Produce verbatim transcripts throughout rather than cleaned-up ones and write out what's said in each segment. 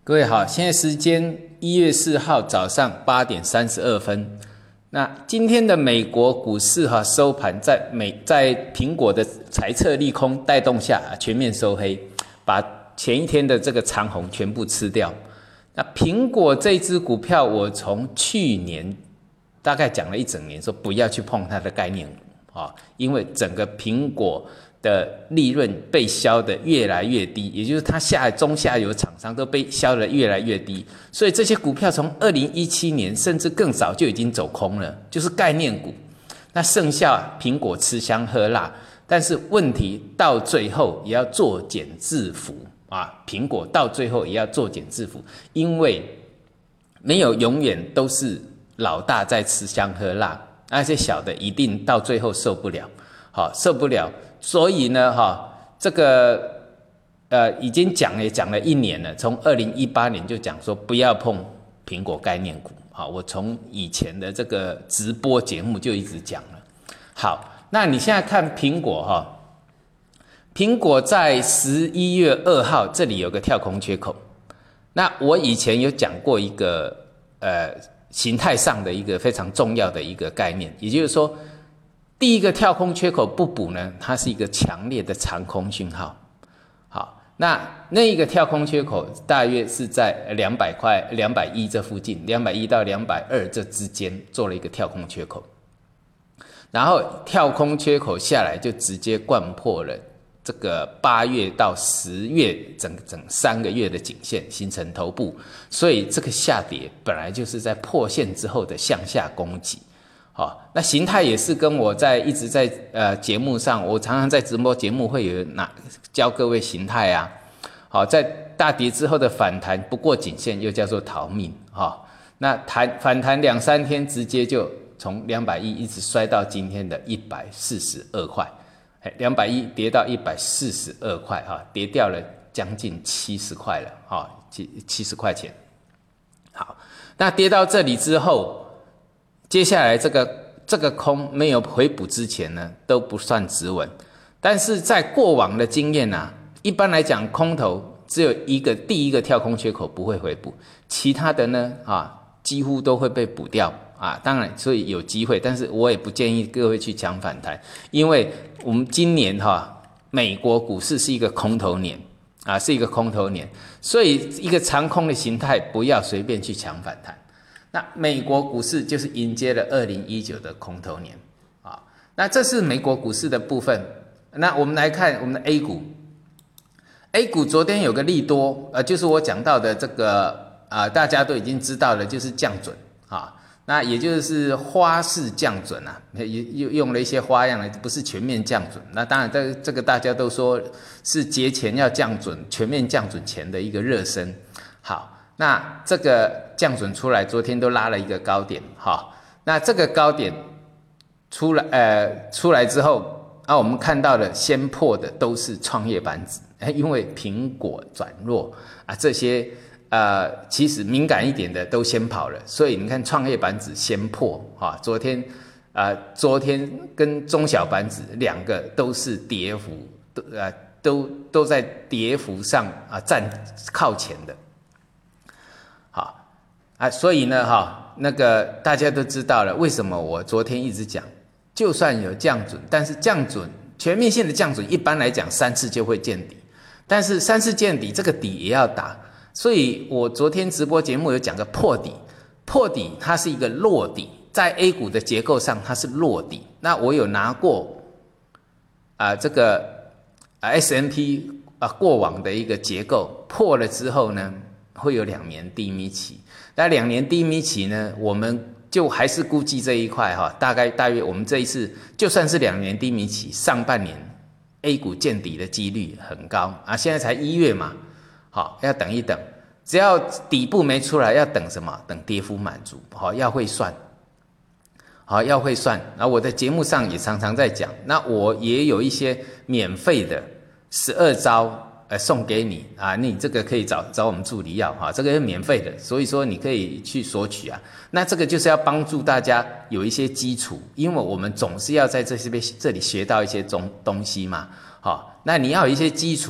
各位好，现在时间一月四号早上八点三十二分。那今天的美国股市哈收盘在美在苹果的财测利空带动下全面收黑，把前一天的这个长红全部吃掉。那苹果这支股票，我从去年大概讲了一整年，说不要去碰它的概念股啊，因为整个苹果的利润被削得越来越低，也就是它下中下游厂商都被削得越来越低，所以这些股票从二零一七年甚至更早就已经走空了，就是概念股。那剩下苹果吃香喝辣，但是问题到最后也要作茧自缚啊！苹果到最后也要作茧自缚，因为没有永远都是老大在吃香喝辣，那些小的一定到最后受不了，好受不了。所以呢，哈，这个呃已经讲也讲了一年了，从二零一八年就讲说不要碰苹果概念股，好，我从以前的这个直播节目就一直讲了。好，那你现在看苹果哈，苹果在十一月二号这里有个跳空缺口，那我以前有讲过一个呃形态上的一个非常重要的一个概念，也就是说，第一个跳空缺口不补呢，它是一个强烈的长空讯号。好，那那一个跳空缺口大约是在两百块、两百一这附近，两百一到两百二这之间做了一个跳空缺口，然后跳空缺口下来就直接灌破了这个八月到十月整整三个月的颈线，形成头部，所以这个下跌本来就是在破线之后的向下攻击。好，那形态也是跟我在一直在呃节目上，我常常在直播节目会有哪教各位形态啊。好，在大跌之后的反弹不过颈线，又叫做逃命。好，那弹反弹两三天，直接就从两百一一直摔到今天的一百四十二块，两百一跌到一百四十二块，哈，跌掉了将近七十块了，哈，七七十块钱。好，那跌到这里之后。接下来这个这个空没有回补之前呢，都不算止稳。但是在过往的经验啊，一般来讲空头只有一个第一个跳空缺口不会回补，其他的呢啊几乎都会被补掉啊。当然，所以有机会，但是我也不建议各位去抢反弹，因为我们今年哈、啊、美国股市是一个空头年啊，是一个空头年，所以一个长空的形态不要随便去抢反弹。那美国股市就是迎接了二零一九的空头年啊，那这是美国股市的部分。那我们来看我们的 A 股 ，A 股昨天有个利多，呃，就是我讲到的这个啊、呃，大家都已经知道了，就是降准啊，那也就是花式降准啊，又用了一些花样，不是全面降准。那当然这这个大家都说是节前要降准，全面降准前的一个热身。好。那这个降准出来，昨天都拉了一个高点，哈。那这个高点出来，呃，出来之后，啊，我们看到的先破的都是创业板指，因为苹果转弱啊，这些呃其实敏感一点的都先跑了，所以你看创业板指先破，哈。昨天啊、呃，昨天跟中小板指两个都是跌幅，都呃都都在跌幅上啊站靠前的。好啊，所以呢，哈，那个大家都知道了，为什么我昨天一直讲，就算有降准，但是降准全面性的降准，一般来讲三次就会见底，但是三次见底，这个底也要打，所以我昨天直播节目有讲个破底，破底它是一个落底，在 A 股的结构上它是落底，那我有拿过啊、呃、这个啊 S and P 啊过往的一个结构破了之后呢。会有两年低迷期，那两年低迷期呢，我们就还是估计这一块哈，大概大约我们这一次就算是两年低迷期，上半年 A 股见底的几率很高啊。现在才一月嘛，好，要等一等，只要底部没出来，要等什么？等跌幅满足，好，要会算，好，要会算。然后我的节目上也常常在讲，那我也有一些免费的十二招。呃，送给你啊，你这个可以找找我们助理要哈，这个是免费的，所以说你可以去索取啊。那这个就是要帮助大家有一些基础，因为我们总是要在这边这里学到一些东东西嘛，好，那你要有一些基础，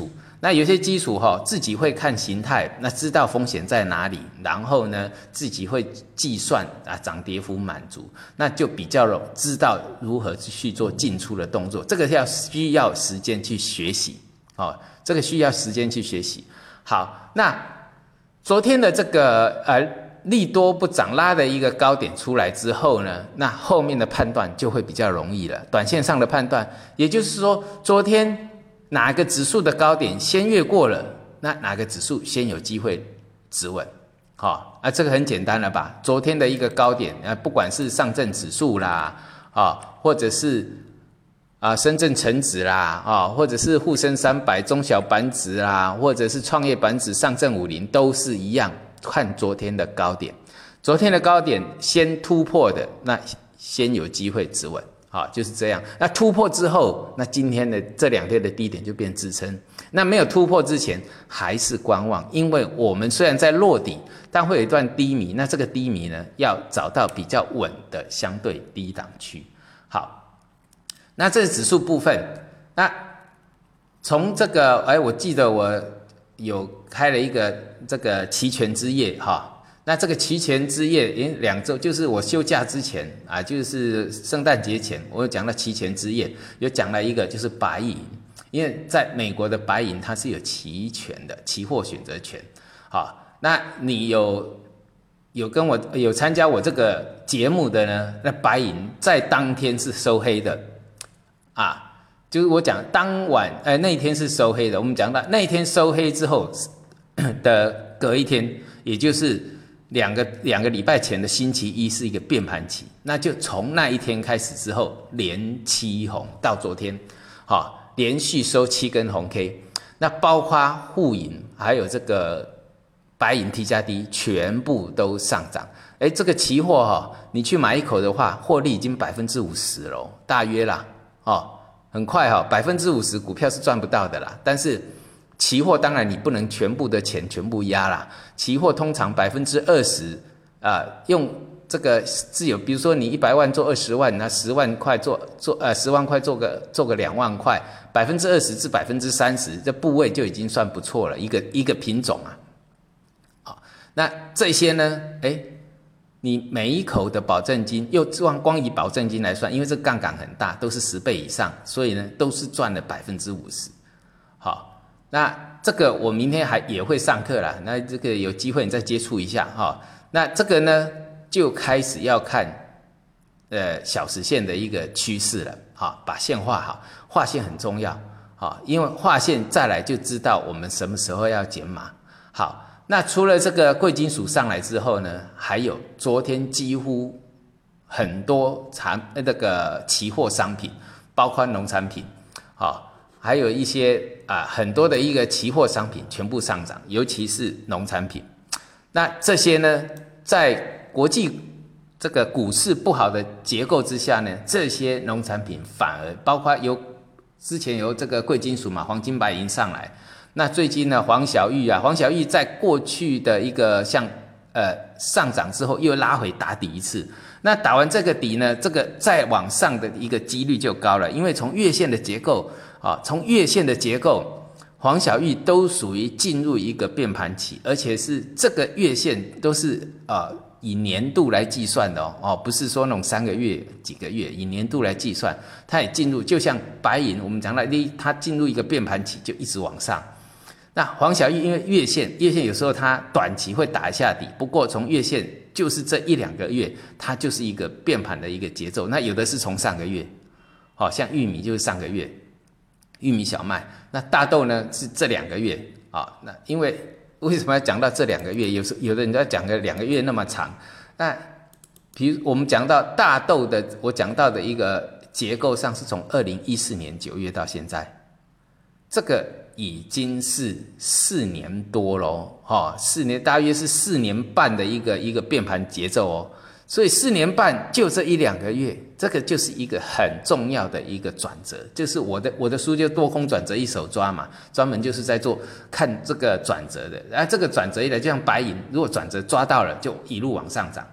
那有些基础哈、哦，自己会看形态，那知道风险在哪里，然后呢，自己会计算啊涨跌幅满足，那就比较容知道如何去做进出的动作。这个要需要时间去学习哦，这个需要时间去学习。好，那昨天的这个呃利多不涨拉的一个高点出来之后呢，那后面的判断就会比较容易了，短线上的判断，也就是说昨天哪个指数的高点先越过了，那哪个指数先有机会止稳？好、哦，啊，这个很简单了吧？昨天的一个高点，啊，不管是上证指数啦，啊、哦，或者是啊深圳成指啦，啊、哦，或者是沪深三百中小板指啦，或者是创业板指、上证五零，都是一样，看昨天的高点。昨天的高点先突破的，那先有机会止稳。好，就是这样。那突破之后，那今天的这两天的低点就变支撑。那没有突破之前，还是观望，因为我们虽然在落底，但会有一段低迷。那这个低迷呢，要找到比较稳的相对低档区。好，那这是指数部分。那从这个，哎，我记得我有开了一个这个期权之夜哈。那这个期权之夜，因两周就是我休假之前啊，就是圣诞节前，我有讲到期权之夜，有讲了一个就是白银，因为在美国的白银它是有期权的，期货选择权。好，那你有有跟我有参加我这个节目的呢？那白银在当天是收黑的啊，就是我讲当晚，呃，那一天是收黑的。我们讲到那一天收黑之后的隔一天，也就是两个两个礼拜前的星期一是一个变盘期，那就从那一天开始之后连七红到昨天，好，连续收七根红 K， 那包括沪银还有这个白银 T 加 D 全部都上涨。哎，这个期货哈、哦，你去买一口的话，获利已经百分之五十了，大约啦，哦，很快哈、哦，百分之五十股票是赚不到的啦，但是期货当然你不能全部的钱全部压啦，期货通常百分之二十啊，用这个自有，比如说你一百万做二十万，那十万块做做呃十万块做个做个两万块，百分之二十至百分之三十，这部位就已经算不错了，一个一个品种啊。好，那这些呢，哎，你每一口的保证金，又光光以保证金来算，因为这杠杆很大，都是十倍以上，所以呢都是赚了百分之五十。好。那这个我明天还也会上课啦，那这个有机会你再接触一下哈。那这个呢，就开始要看呃小时线的一个趋势了，哈，把线画好，画线很重要，哈，因为画线再来就知道我们什么时候要减码。好，那除了这个贵金属上来之后呢，还有昨天几乎很多产那个期货商品，包括农产品，好。还有一些啊很多的一个期货商品全部上涨，尤其是农产品。那这些呢，在国际这个股市不好的结构之下呢，这些农产品反而包括由之前由这个贵金属嘛，黄金白银上来。那最近呢，黄小玉啊，黄小玉在过去的一个像呃上涨之后又拉回打底一次。那打完这个底呢，这个再往上的一个几率就高了，因为从月线的结构。啊，从月线的结构，黄小玉都属于进入一个变盘期，而且是这个月线都是啊、呃、以年度来计算的哦，哦不是说那种三个月、几个月，以年度来计算，它也进入，就像白银，我们讲到它进入一个变盘期，就一直往上。那黄小玉因为月线，月线有时候它短期会打一下底，不过从月线就是这一两个月，它就是一个变盘的一个节奏。那有的是从上个月，好、哦、像玉米就是上个月。玉米、小麦，那大豆呢是这两个月啊、哦。那因为为什么要讲到这两个月？有时有的人要讲个两个月那么长。那比如我们讲到大豆的，我讲到的一个结构上是从二零一四年九月到现在，这个已经是四年多咯，哈、哦，四年大约是四年半的一个一个变盘节奏哦。所以四年半就这一两个月，这个就是一个很重要的一个转折，就是我的我的书就多空转折一手抓嘛，专门就是在做看这个转折的。然后这个转折一来，就像白银，如果转折抓到了，就一路往上涨。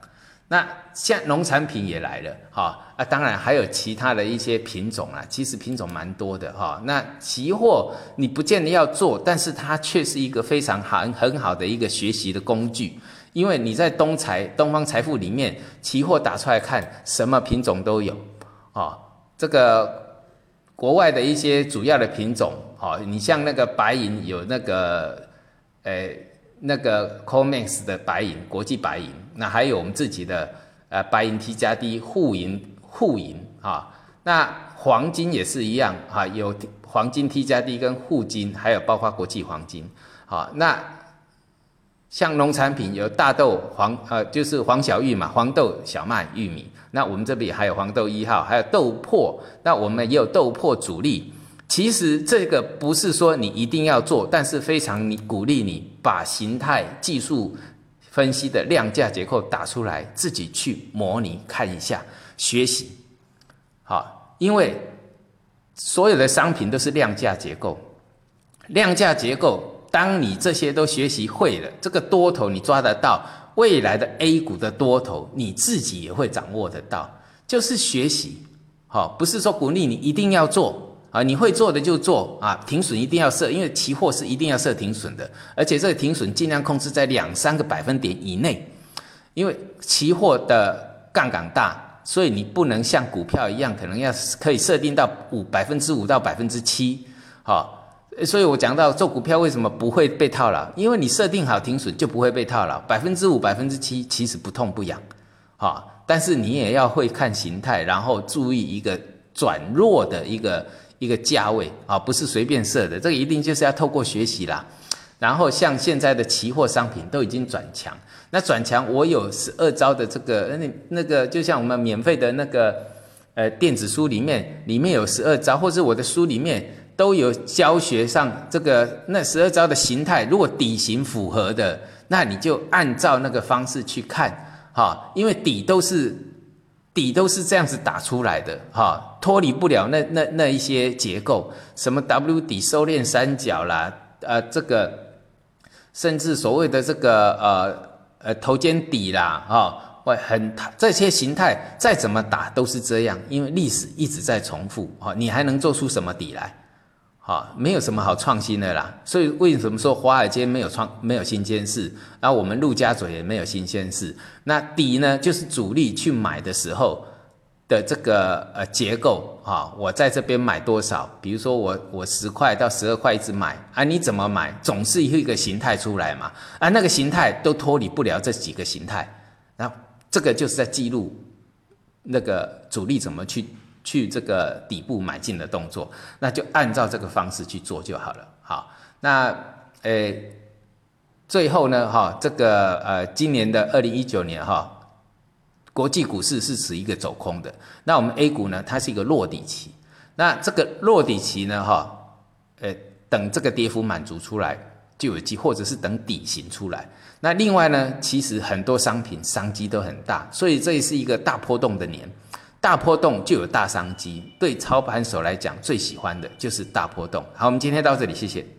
那像农产品也来了，哈啊，当然还有其他的一些品种啊，其实品种蛮多的哈。那期货你不见得要做，但是它却是一个非常好很好的一个学习的工具，因为你在东财东方财富里面，期货打出来看，什么品种都有，哦，这个国外的一些主要的品种，哦，你像那个白银有那个，呃。那个 Comex 的白银，国际白银，那还有我们自己的呃白银 T 加 D 沪银沪银啊，那黄金也是一样啊，有黄金 T 加 D 跟沪金，还有包括国际黄金啊。那像农产品有大豆黄呃就是黄小玉嘛，黄豆、小麦、玉米，那我们这边还有黄豆一号，还有豆粕，那我们也有豆粕主力。其实这个不是说你一定要做，但是非常你鼓励你把形态技术分析的量价结构打出来，自己去模拟看一下，学习。好，因为所有的商品都是量价结构，量价结构，当你这些都学习会了，这个多头你抓得到，未来的 A 股的多头你自己也会掌握得到，就是学习。好，不是说鼓励你一定要做。啊，你会做的就做啊，停损一定要设，因为期货是一定要设停损的，而且这个停损尽量控制在两三个百分点以内，因为期货的杠杆大，所以你不能像股票一样，可能要可以设定到五百分之五到百分之七，好，所以我讲到做股票为什么不会被套牢，因为你设定好停损就不会被套牢，百分之五百分之七其实不痛不痒，好，但是你也要会看形态，然后注意一个转弱的一个。一个价位啊，不是随便设的，这个一定就是要透过学习啦。然后像现在的期货商品都已经转强，那转强我有十二招的这个那那个，就像我们免费的那个呃电子书里面，里面有十二招，或者我的书里面都有教学上这个那十二招的形态，如果底型符合的，那你就按照那个方式去看哈，因为底都是。底都是这样子打出来的，哈，脱离不了那那那一些结构，什么 W 底收敛三角啦，呃，这个甚至所谓的这个呃呃头肩底啦，哈，会很这些形态再怎么打都是这样，因为历史一直在重复，哈，你还能做出什么底来？哈，没有什么好创新的啦。所以为什么说华尔街没有创没有新鲜事，然后我们陆家嘴也没有新鲜事？那底呢，就是主力去买的时候的这个呃结构啊，我在这边买多少？比如说我我十块到十二块一直买啊，你怎么买？总是有一个形态出来嘛，啊，那个形态都脱离不了这几个形态，然后这个就是在记录那个主力怎么去。去这个底部买进的动作，那就按照这个方式去做就好了。好，那呃，最后呢，哈，这个呃，今年的二零一九年哈，国际股市是持一个走空的，那我们 A 股呢，它是一个落底期。那这个落底期呢，哈，呃，等这个跌幅满足出来就有机，或者是等底型出来。那另外呢，其实很多商品商机都很大，所以这也是一个大波动的年。大波动就有大商机，对操盘手来讲最喜欢的就是大波动。好，我们今天到这里，谢谢。